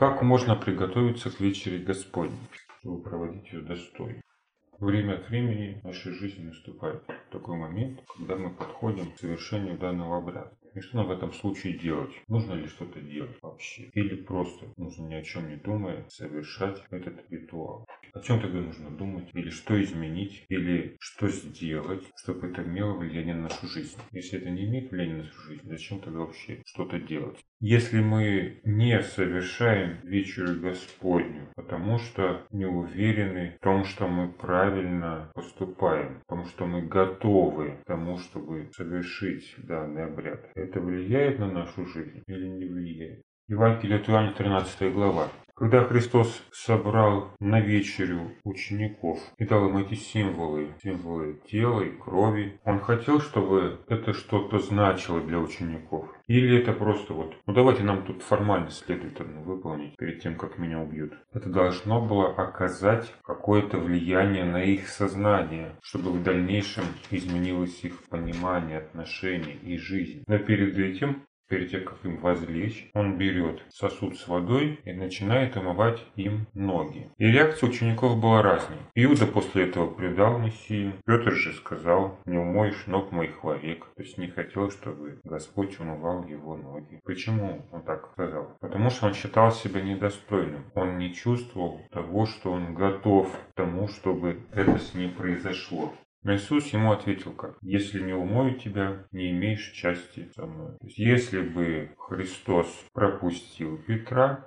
Как можно приготовиться к вечере Господней, чтобы проводить ее достойно? Время от времени в нашей жизни наступает такой момент, когда мы подходим к совершению данного обряда. И что нам в этом случае делать? Нужно ли что-то делать вообще? Или просто нужно ни о чем не думая совершать этот ритуал? О чем тогда нужно думать? Или что изменить? Или что сделать, чтобы это имело влияние на нашу жизнь? Если это не имеет влияния на нашу жизнь, зачем тогда вообще что-то делать? Если мы не совершаем вечерю Господню, потому что не уверены в том, что мы правильно поступаем, потому что мы готовы к тому, чтобы совершить данный обряд, это влияет на нашу жизнь или не влияет? Евангелие от Иоанна, 13 глава. Когда Христос собрал на вечерю учеников и дал им эти символы тела и крови, Он хотел, чтобы это что-то значило для учеников? Или это просто давайте нам тут формальность следует одну выполнить перед тем, как меня убьют. Это должно было оказать какое-то влияние на их сознание, чтобы в дальнейшем изменилось их понимание, отношения и жизнь. Но перед тем, как им возлечь, он берет сосуд с водой и начинает омывать им ноги. И реакция учеников была разной. Иуда после этого предал Мессию. Петр же сказал: «Не умоешь ног моих вовек». То есть не хотел, чтобы Господь умывал его ноги. Почему он так сказал? Потому что он считал себя недостойным. Он не чувствовал того, что он готов к тому, чтобы это с ним произошло. Но Иисус ему ответил как: «Если не умою тебя, не имеешь части со мной». То есть, если бы Христос пропустил Петра,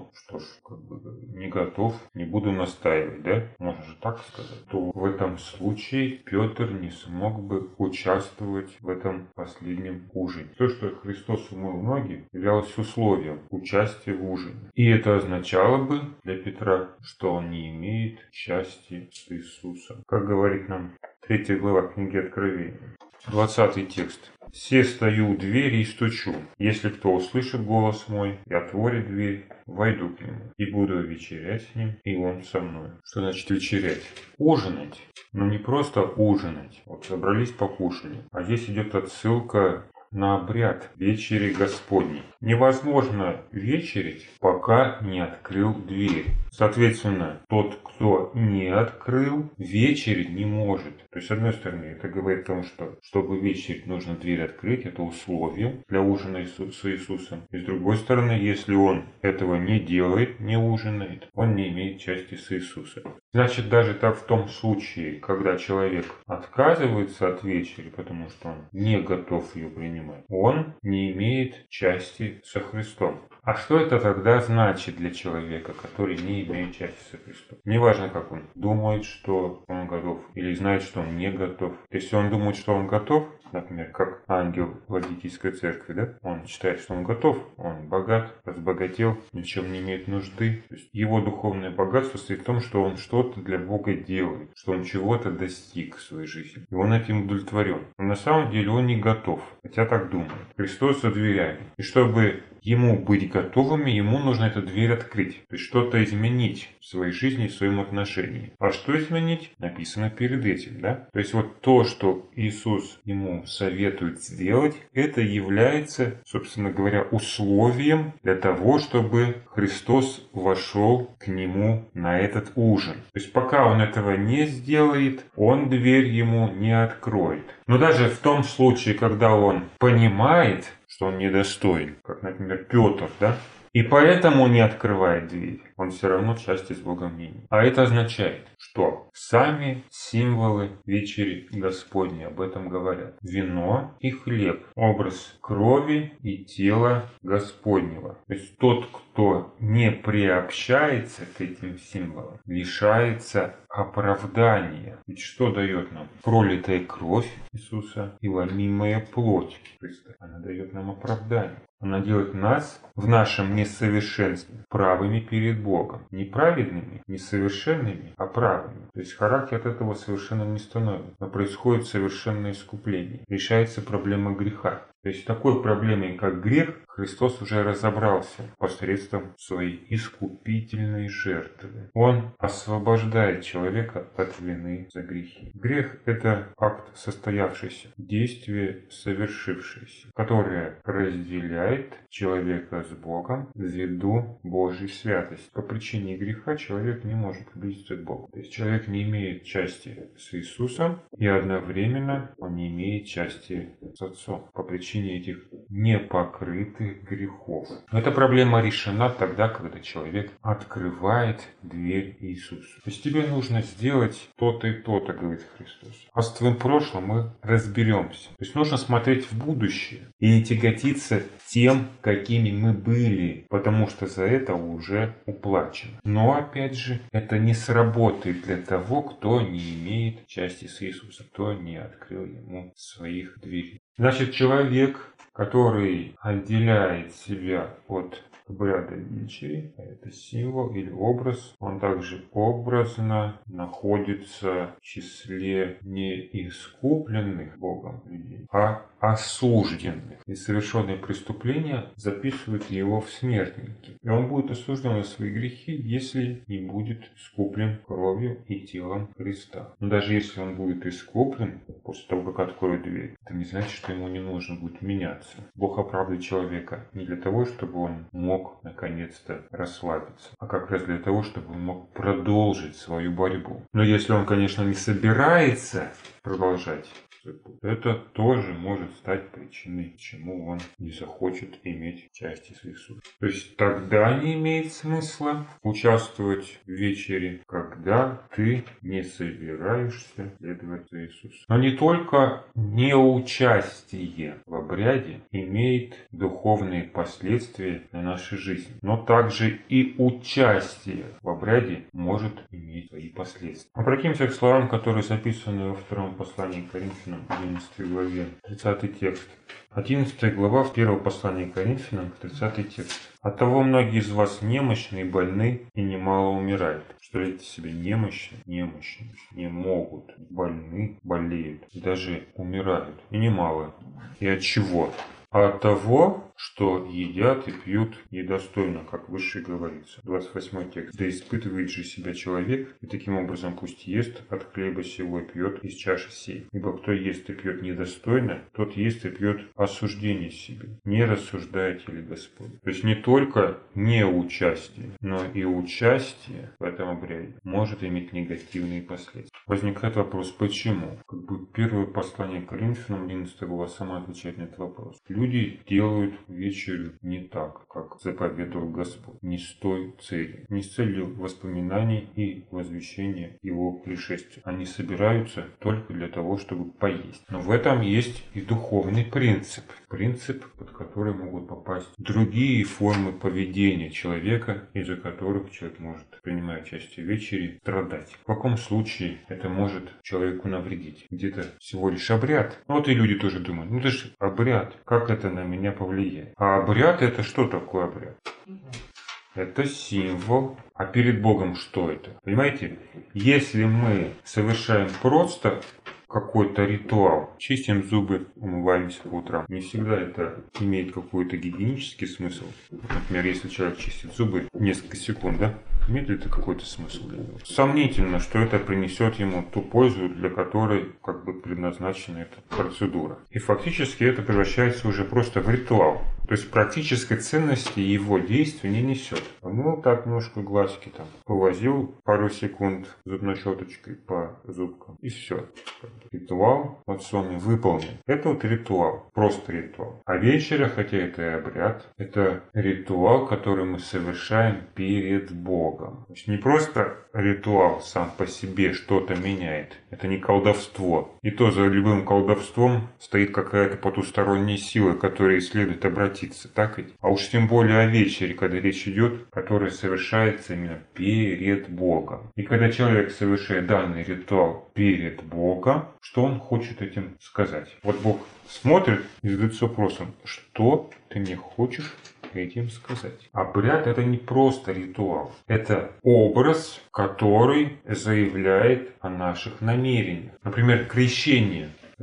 не готов, не буду настаивать, да? Можно же так сказать. То в этом случае Петр не смог бы участвовать в этом последнем ужине. То, что Христос умыл ноги, являлось условием участия в ужине. И это означало бы для Петра, что он не имеет части с Иисусом. Как говорит нам 3 глава книги Откровения, 20 текст. «Се стою у двери и стучу. Если кто услышит голос мой и отворит дверь, войду к нему и буду вечерять с ним, и он со мной». Что значит вечерять? Ужинать. Но не просто ужинать. Собрались покушали. А здесь идет отсылка на обряд вечери Господней. Невозможно вечерить, пока не открыл дверь. Соответственно, тот, кто не открыл, вечерить не может. То есть, с одной стороны, это говорит о том, что чтобы вечерить, нужно дверь открыть. Это условие для ужина с Иисусом. И с другой стороны, если он этого не делает, не ужинает, он не имеет части с Иисусом. Значит, даже так в том случае, когда человек отказывается от вечери, потому что он не готов ее принимать, он не имеет части со Христом. А что это тогда значит для человека, который не имеет части со Христом? Неважно, как он думает, что он готов, или знает, что он не готов. Если он думает, что он готов, например, как ангел Ладикийской церкви, да? Он считает, что он готов, он богат, разбогател, ни в чем не имеет нужды. То есть его духовное богатство состоит в том, что он что-то для Бога делает, что он чего-то достиг в своей жизни. И он этим удовлетворен. Но на самом деле он не готов, хотя так думает. Христос за дверями. И чтобы ему быть готовыми, ему нужно эту дверь открыть. То есть что-то изменить в своей жизни, в своем отношении. А что изменить? Написано перед этим, да? То есть то, что Иисус ему советует сделать, это является, собственно говоря, условием для того, чтобы Христос вошел к нему на этот ужин. То есть пока он этого не сделает, он дверь ему не откроет. Но даже в том случае, когда он понимает, что он недостоин, как, например, Петр, да? И поэтому не открывает дверь. Он все равно части с Богом не имеет. А это означает, что сами символы вечери Господней об этом говорят. Вино и хлеб. Образ крови и тела Господнего. То есть тот, кто не приобщается к этим символам, лишается оправдания. Ведь что дает нам? Пролитая кровь Иисуса и ломимая плоть Христа. Она дает нам оправдание. Она делает нас в нашем несовершенстве правыми перед Богом. Не праведными, не совершенными, а правыми. То есть характер от этого совершенно не становится. Но происходит совершенное искупление. Решается проблема греха. То есть с такой проблемой, как грех, Христос уже разобрался посредством своей искупительной жертвы. Он освобождает человека от вины за грехи. Грех – это акт состоявшийся, действие совершившееся, которое разделяет человека с Богом ввиду Божьей святости. По причине греха человек не может приблизиться к Богу. То есть человек не имеет части с Иисусом, и одновременно он не имеет части с Отцом по причине этих непокрытых грехов. Но эта проблема решена тогда, когда человек открывает дверь Иисусу. То есть тебе нужно сделать то-то и то-то, говорит Христос. А с твоим прошлым мы разберемся. То есть нужно смотреть в будущее и не тяготиться тем, какими мы были, потому что за это уже уплачено. Но опять же, это не сработает для того, кто не имеет части с Иисусом, кто не открыл ему своих дверей. Значит, человек, который отделяет себя от обряда вечери, это символ или образ, он также образно находится в числе не искупленных Богом людей, а осужденных. И совершенные преступления записывают его в смертники. И он будет осужден за свои грехи, если не будет искуплен кровью и телом Христа. Но даже если он будет искуплен после того, как откроет дверь, это не значит, что ему не нужно будет меняться. Бог оправдывает человека не для того, чтобы он мог наконец-то расслабиться, а как раз для того, чтобы он мог продолжить свою борьбу. Но если он, конечно, не собирается продолжать, это тоже может стать причиной, почему он не захочет иметь части с Иисусом. То есть тогда не имеет смысла участвовать в вечере, когда ты не собираешься следовать за Иисусом. Но не только неучастие в обряде имеет духовные последствия на нашей жизни, но также и участие в обряде может иметь свои последствия. Обратимся к словам, которые записаны во втором послании к Коринфянам, 11 главе, 30 текст. 11 глава 1 послания к Коринфянам, 30 текст. Оттого многие из вас немощны и больны, и немало умирают. Представляете себе, немощны, не могут, больны, болеют, и даже умирают, и немало. И от чего? А от того, что едят и пьют недостойно, как выше говорится. 28 текст. Да испытывает же себя человек, и таким образом пусть ест от хлеба сего и пьет из чаши сей. Ибо кто ест и пьет недостойно, тот ест и пьет осуждение себе. Не рассуждаете ли Господь? То есть не только неучастие, но и участие в этом обряде может иметь негативные последствия. Возникает вопрос, почему? Как бы первое послание к Коринфянам, 11 глава, сама отвечает на этот вопрос. Люди делают вечерю не так, как заповедовал Господь, не с той целью, не с целью воспоминаний и возвещения Его пришествия. Они собираются только для того, чтобы поесть. Но в этом есть и духовный принцип, под который могут попасть другие формы поведения человека, из-за которых человек может, принимая участие в вечере, страдать. В каком случае это может человеку навредить? Где-то всего лишь обряд. Вот и люди тоже думают, это же обряд, как это на меня повлияет? А обряд — это что такое обряд? Это символ. А перед Богом что это? Понимаете? Если мы совершаем просто какой-то ритуал, чистим зубы, умываемся по утрам, не всегда это имеет какой-то гигиенический смысл. Например, если человек чистит зубы несколько секунд, да? Имеет ли это какой-то смысл для него? Сомнительно, что это принесет ему ту пользу, для которой как бы предназначена эта процедура. И фактически это превращается уже просто в ритуал. То есть практической ценности его действия не несет. Ну, так немножко глазки там повозил пару секунд зубной щеточкой по зубкам. И все. Ритуал вот с вами выполнен. Это вот ритуал. Просто ритуал. А вечеря, хотя это и обряд, это ритуал, который мы совершаем перед Богом. То есть не просто ритуал сам по себе что-то меняет. Это не колдовство. И то за любым колдовством стоит какая-то потусторонняя сила, которой следует обратиться. Так ведь? А уж тем более о вечере, когда речь идет, которая совершается именно перед Богом. И когда человек совершает данный ритуал перед Богом, что он хочет этим сказать? Вот Бог смотрит и задается вопросом, что ты мне хочешь этим сказать? Обряд — это не просто ритуал. Это образ, который заявляет о наших намерениях. Например, крещение.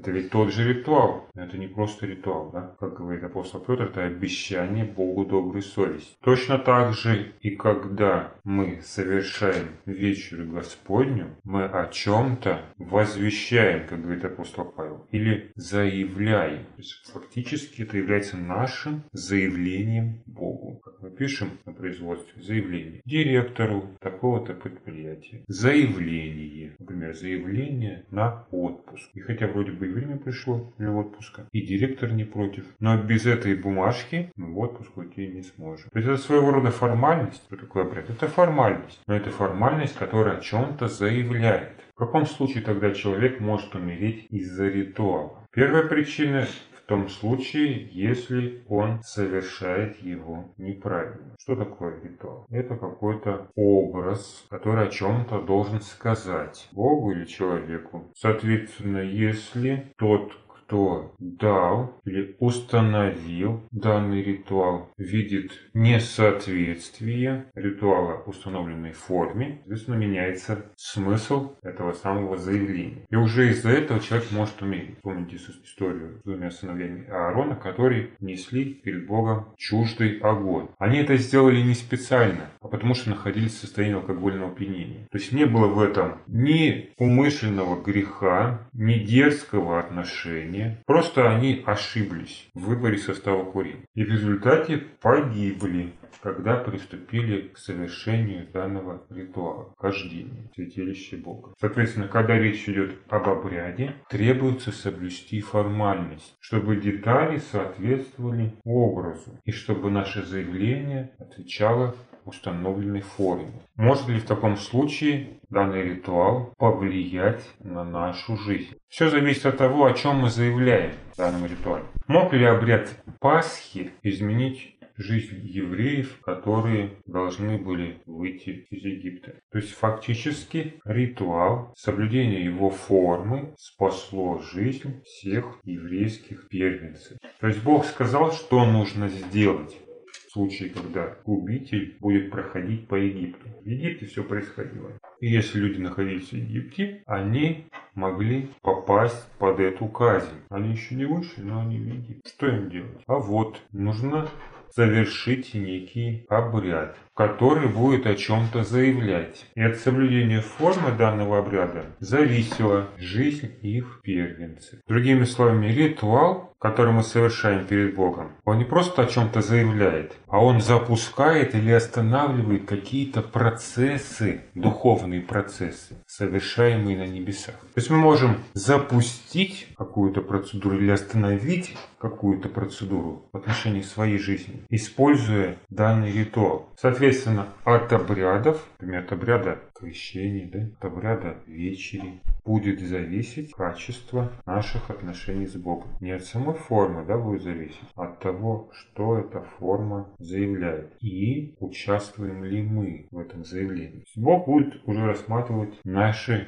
Это ведь тот же ритуал. Это не просто ритуал, да? Как говорит апостол Петр, это обещание Богу доброй совести. Точно так же и когда мы совершаем вечерю Господню, мы о чем-то возвещаем, как говорит апостол Павел, или заявляем. То есть фактически это является нашим заявлением Богу. Как мы пишем на производстве, заявление директору такого-то предприятия. Заявление, например, заявление на отпуск. И хотя вроде бы и время пришло для отпуска, и директор не против, но без этой бумажки мы в отпуск уйти не сможем. То есть это своего рода формальность. Что такое обряд? Это формальность. Но это формальность, которая о чем-то заявляет. В каком случае тогда человек может умереть из-за ритуала? Первая причина в том случае, если он совершает его неправильно. Что такое ритуал? Это какой-то образ, который о чем-то должен сказать Богу или человеку. Соответственно, если тот, кто дал или установил данный ритуал, видит несоответствие ритуала установленной форме, соответственно, меняется смысл этого самого заявления. И уже из-за этого человек может умереть. Помните историю с двумя сыновьями Аарона, которые несли перед Богом чуждый огонь. Они это сделали не специально, а потому что находились в состоянии алкогольного опьянения. То есть не было в этом ни умышленного греха, ни дерзкого отношения. Просто они ошиблись в выборе состава курения. И в результате погибли, когда приступили к совершению данного ритуала, хождения в святилище Бога. Соответственно, когда речь идет об обряде, требуется соблюсти формальность, чтобы детали соответствовали образу, и чтобы наше заявление отвечало установленной форме. Может ли в таком случае данный ритуал повлиять на нашу жизнь? Все зависит от того, о чем мы заявляем в данном ритуале. Мог ли обряд Пасхи изменить жизнь евреев, которые должны были выйти из Египта? То есть фактически ритуал, соблюдение его формы спасло жизнь всех еврейских первенцев. То есть Бог сказал, что нужно сделать в случае, когда губитель будет проходить по Египту. В Египте все происходило. И если люди находились в Египте, они могли попасть под эту казнь. Они еще не вышли, но они в Египте. Что им делать? А вот, нужно совершить некий обряд, который будет о чем-то заявлять. И от соблюдения формы данного обряда зависела жизнь их первенцев. Другими словами, ритуал, который мы совершаем перед Богом, он не просто о чем-то заявляет, а он запускает или останавливает какие-то процессы, духовные процессы, совершаемые на небесах. То есть мы можем запустить какую-то процедуру или остановить какую-то процедуру в отношении своей жизни, используя данный ритуал. Соответственно, от обрядов, например, от обряда крещения, от обряда вечери, будет зависеть качество наших отношений с Богом. Не от самой формы будет зависеть, а от того, что эта форма заявляет. И участвуем ли мы в этом заявлении. Бог будет уже рассматривать наши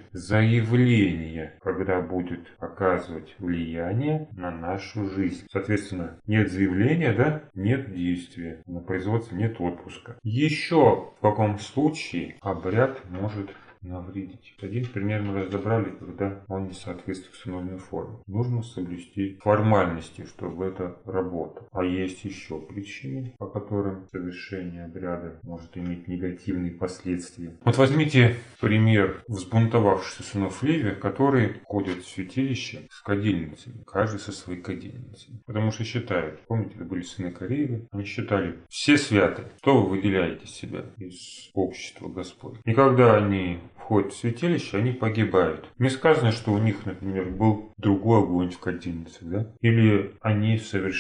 заявления, когда будет оказывать влияние на нашу жизнь. Соответственно, нет заявления, нет действия. На производстве нет отпуска. Еще в каком случае обряд может навредить. Один пример мы разобрали, когда он не соответствует установленной форме. Нужно соблюсти формальности, чтобы это работало. А есть еще причины, по которым совершение обряда может иметь негативные последствия. Вот возьмите пример взбунтовавшихся сынов Левия, которые ходят в святилище с кадильницами, каждый со своей кадильницей. Потому что считают, помните, это были сыны Кореевы, они считали, все святы, что вы выделяете себя из общества Господня. И когда они входят в святилище, они погибают. Не сказано, что у них, например, был другой огонь в кадильнице, или они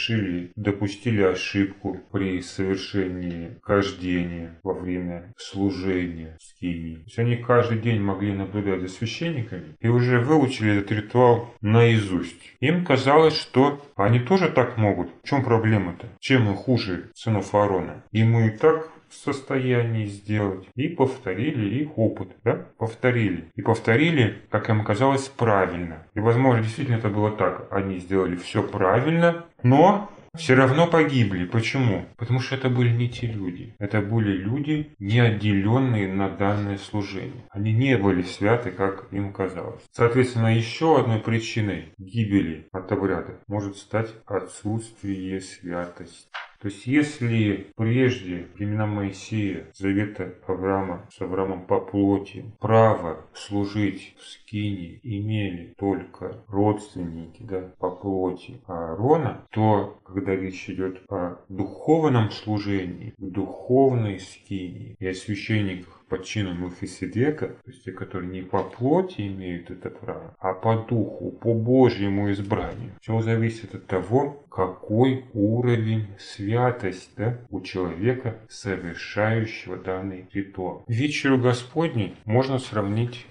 допустили ошибку при совершении хождения во время служения скинии. То есть они каждый день могли наблюдать за священниками и уже выучили этот ритуал наизусть. Им казалось, что они тоже так могут. В чем проблема-то? Чем мы хуже сынов Аарона? И мы и так в состоянии сделать. И повторили их опыт. Повторили. И повторили, как им казалось, правильно. И, возможно, действительно это было так. Они сделали все правильно, но все равно погибли. Почему? Потому что это были не те люди. Это были люди, не отделенные на данное служение. Они не были святы, как им казалось. Соответственно, еще одной причиной гибели от обряда может стать отсутствие святости. То есть, если прежде времена Моисея, завета Авраама с Авраамом по плоти, право служить в скинии имели только родственники, по плоти Аарона, то, когда речь идет о духовном служении, в духовной скинии и о священниках по чину Мелхиседека, то есть те, которые не по плоти имеют это право, а по духу, по Божьему избранию. Все зависит от того, какой уровень святости у человека, совершающего данный ритуал. Вечеру Господней можно сравнить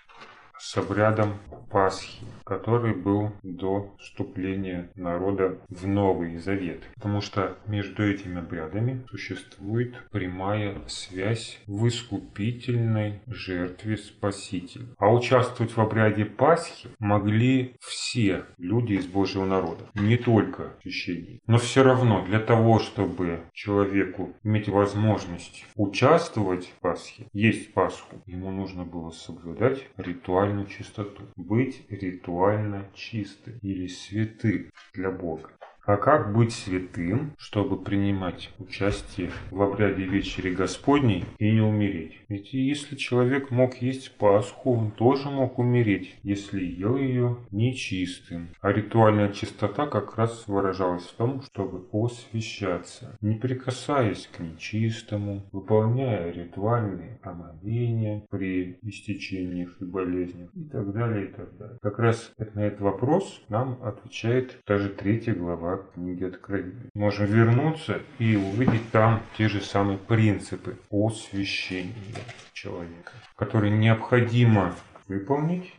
с обрядом Пасхи, который был до вступления народа в Новый Завет. Потому что между этими обрядами существует прямая связь в искупительной жертве Спасителя. А участвовать в обряде Пасхи могли все люди из Божьего народа, не только священники. Но все равно для того, чтобы человеку иметь возможность участвовать в Пасхе, есть Пасху, ему нужно было соблюдать ритуальную чистоту, быть ритуально чистым или святым для Бога. А как быть святым, чтобы принимать участие в обряде Вечери Господней и не умереть? Ведь если человек мог есть Пасху, он тоже мог умереть, если ел ее нечистым. А ритуальная чистота как раз выражалась в том, чтобы освящаться, не прикасаясь к нечистому, выполняя ритуальные омовения при истечениях и болезнях и так далее, и так далее. Как раз на этот вопрос нам отвечает даже 3 глава книги Откровения. Можем вернуться и увидеть там те же самые принципы освящения человека, которые необходимо выполнить,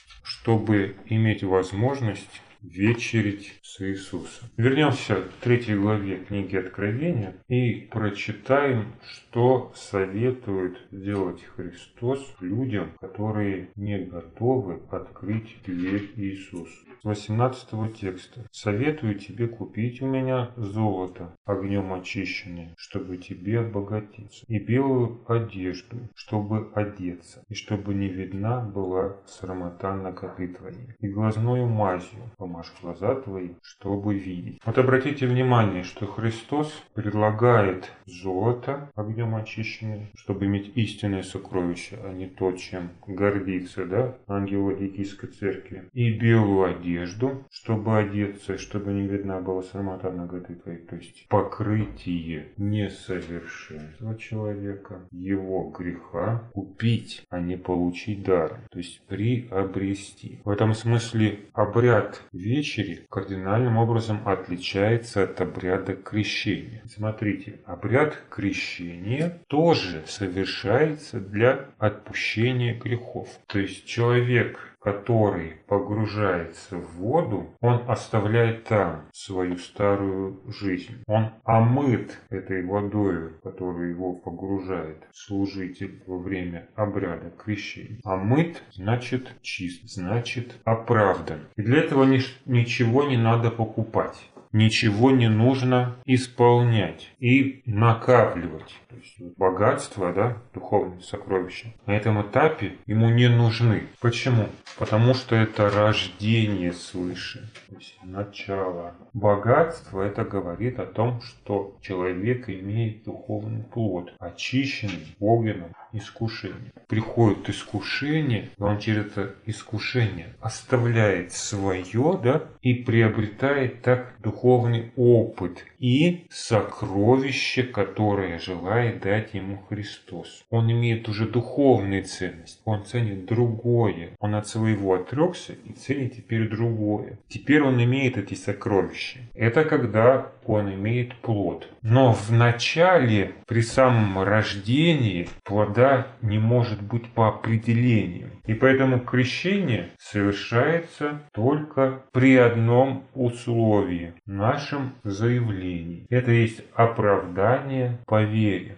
чтобы иметь возможность вечерить с Иисусом. Вернемся к 3 главе книги Откровения и прочитаем, что советует делать Христос людям, которые не готовы открыть дверь Иисусу. С 18 текста. «Советую тебе купить у меня золото, огнем очищенное, чтобы тебе обогатиться, и белую одежду, чтобы одеться, и чтобы не видна была срамота наготы твоей, и глазною мазью помажь глаза твои, чтобы видеть». Вот обратите внимание, что Христос предлагает золото, огнем очищенное, чтобы иметь истинное сокровище, а не то, чем гордится, ангел Ладикийской церкви, и белую одежду, чтобы одеться, чтобы не видна была срамота наготы твоей, то есть покрытие несовершенства человека, его греха, купить, а не получить даром, то есть приобрести. В этом смысле обряд вечери кардинальным образом отличается от обряда крещения. Смотрите, обряд крещения тоже совершается для отпущения грехов. То есть человек, который погружается в воду, он оставляет там свою старую жизнь. Он омыт этой водой, которую его погружает служитель во время обряда крещения. Омыт значит чист, значит оправдан. И для этого ничего не надо покупать. Ничего не нужно исполнять и накапливать. То есть богатство, духовные сокровища на этом этапе ему не нужны. Почему? Потому что это рождение свыше, то есть начало. Богатство это говорит о том, что человек имеет духовный плод, очищенный огненным искушением. Приходит искушение, и он через это искушение оставляет свое, и приобретает так духовный опыт и сокровище, которое желает дать ему Христос. Он имеет уже духовную ценность, он ценит другое. Он от своего отрекся и ценит теперь другое. Теперь он имеет эти сокровища. Это когда он имеет плод. Но в начале, при самом рождении, плода не может быть по определению. И поэтому крещение совершается только при одном условии – нашем заявлении. Это есть оправдание по вере.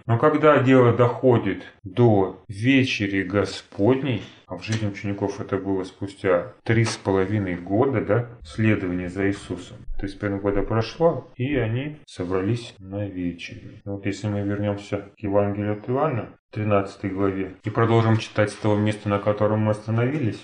Но когда дело доходит до вечери Господней, а в жизни учеников это было спустя 3,5 года, да, следования за Иисусом. 3,5 года прошло, и они собрались на вечерю. Вот если мы вернемся к Евангелию от Иоанна, 13 главе, и продолжим читать с того места, на котором мы остановились.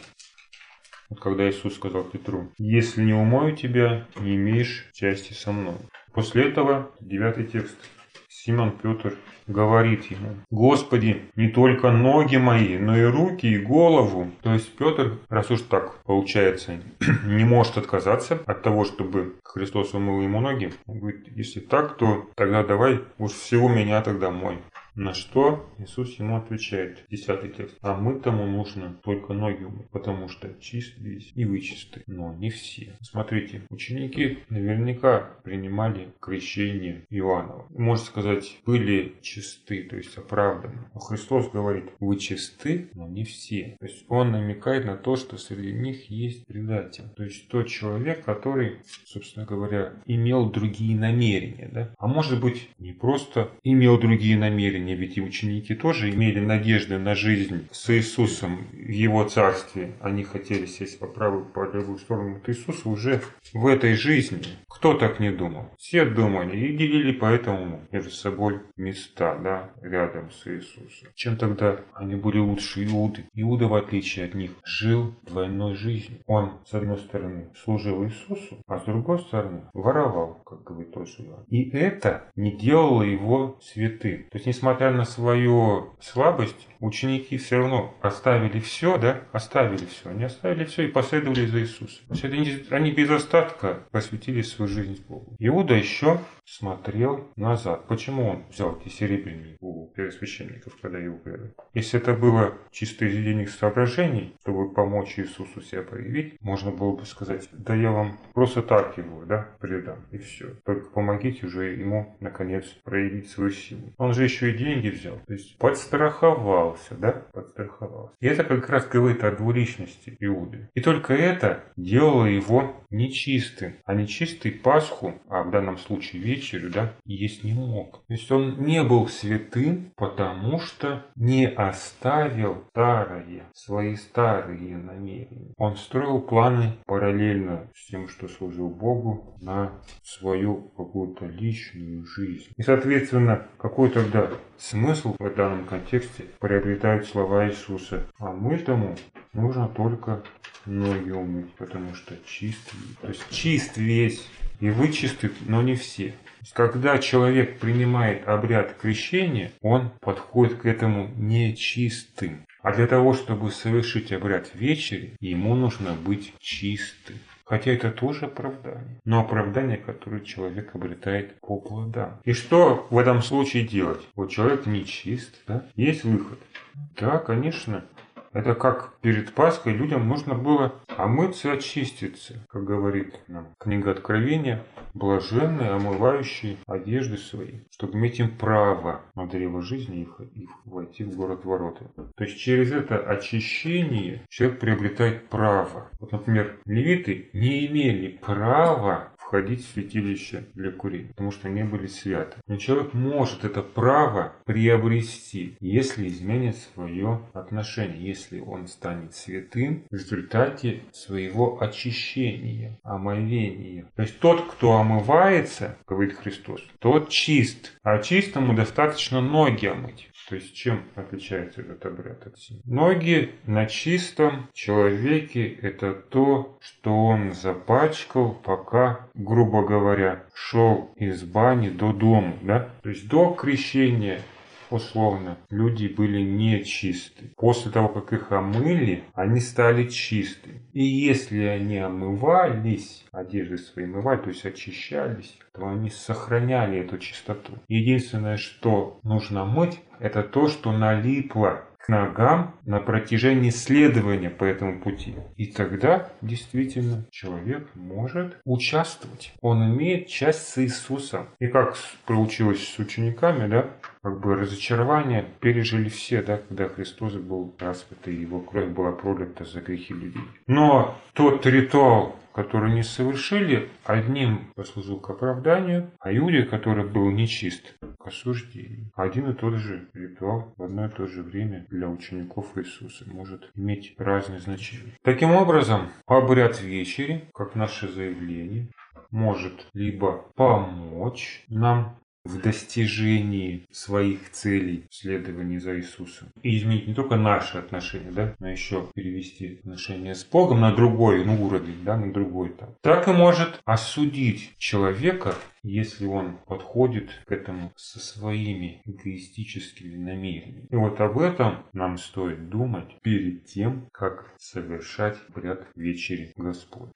Вот когда Иисус сказал Петру: «Если не умою тебя, не имеешь части со мной». После этого, 9 текст, Симон Петр говорит ему: «Господи, не только ноги мои, но и руки, и голову». То есть Петр, раз уж так получается, не может отказаться от того, чтобы Христос умыл ему ноги. Он говорит: если так, то тогда давай уж всего меня тогда мой. На что Иисус ему отвечает, 10 текст: «А мы-тому нужно только ноги умыть, потому что чист весь, и вы чисты, но не все». Смотрите, ученики наверняка принимали крещение Иоаннова. Можно сказать, были чисты, то есть оправданы. Но Христос говорит: вы чисты, но не все. То есть он намекает на то, что среди них есть предатель. То есть тот человек, который, собственно говоря, имел другие намерения. Да? А может быть, не просто имел другие намерения, ведь и ученики тоже имели надежды на жизнь с Иисусом в Его Царстве. Они хотели сесть по правую, по левую сторону от Иисуса уже в этой жизни. Кто так не думал? Все думали и делили поэтому между собой места, да, рядом с Иисусом. Чем тогда они были лучше Иуды? Иуда, в отличие от них, жил двойной жизнью. Он, с одной стороны, служил Иисусу, а с другой стороны, воровал, как говорит тот же Иоанн. И это не делало его святым. То есть, несмотря на свою слабость, ученики все равно оставили все, да? Они оставили все и последовали за Иисусом. То есть они без остатка посвятили свою жизнь Богу. Иуда еще смотрел назад. Почему он взял эти серебряные у первосвященников, когда его предали? Если это было чисто из денег соображений, чтобы помочь Иисусу себя проявить, можно было бы сказать: да я вам просто так его, да, предам, и все. Только помогите уже ему, наконец, проявить свою силу. Он же еще и деньги взял, то есть подстраховался, да, подстраховался. И это как раз говорит о двуличности Иуды. И только это делало его нечистым. А нечистый Пасху, а в данном случае вечерю, да, есть не мог. То есть он не был святым, потому что не оставил свои старые намерения. Он строил планы параллельно с тем, что служил Богу, на свою какую-то личную жизнь. И, соответственно, какой тогда смысл в данном контексте приобретают слова Иисуса: а мы-тому нужно только ноги умыть, потому что чист. То есть чист весь, и вы чисты, но не все. Когда человек принимает обряд крещения, он подходит к этому нечистым. А для того, чтобы совершить обряд вечери, ему нужно быть чистым. Хотя это тоже оправдание. Но оправдание, которое человек обретает по плодам. И что в этом случае делать? Вот человек нечист, да? Есть выход. Да, конечно. Это как перед Пасхой людям нужно было омыться и очиститься, как говорит нам книга Откровения: блаженные, омывающие одежды свои, чтобы иметь им право на древо жизни и войти в город ворота. То есть через это очищение человек приобретает право. Вот, например, левиты не имели права входить в святилище для курения, потому что не были святы. Но человек может это право приобрести, если изменит свое отношение, если он станет святым в результате своего очищения, омовения. То есть тот, кто омывается, говорит Христос, тот чист, а чистому достаточно ноги омыть. То есть чем отличается этот обряд от всего? Ноги на чистом человеке – это то, что он запачкал, пока, грубо говоря, шел из бани до дома. Да? То есть до крещения, условно, люди были нечисты. После того, как их омыли, они стали чистыми. И если они омывались, одежды свои омывали, то есть очищались, то они сохраняли эту чистоту. Единственное, что нужно мыть, это то, что налипло к ногам на протяжении следования по этому пути. И тогда действительно человек может участвовать. Он имеет часть с Иисусом. И как получилось с учениками, да, как бы разочарование пережили все, да, когда Христос был распят и его кровь была пролита за грехи людей. Но тот ритуал, который не совершили, одним послужил к оправданию, а Иуде, который был нечист, к осуждению. Один и тот же ритуал в одно и то же время для учеников Иисуса может иметь разные значения. Таким образом, обряд вечери, как наше заявление, может либо помочь нам в достижении своих целей в следовании за Иисусом. И изменить не только наши отношения, да, но еще перевести отношения с Богом на другой уровень, да, на другой этап. Так и может осудить человека, если он подходит к этому со своими эгоистическими намерениями. И вот об этом нам стоит думать перед тем, как совершать обряд вечери Господь.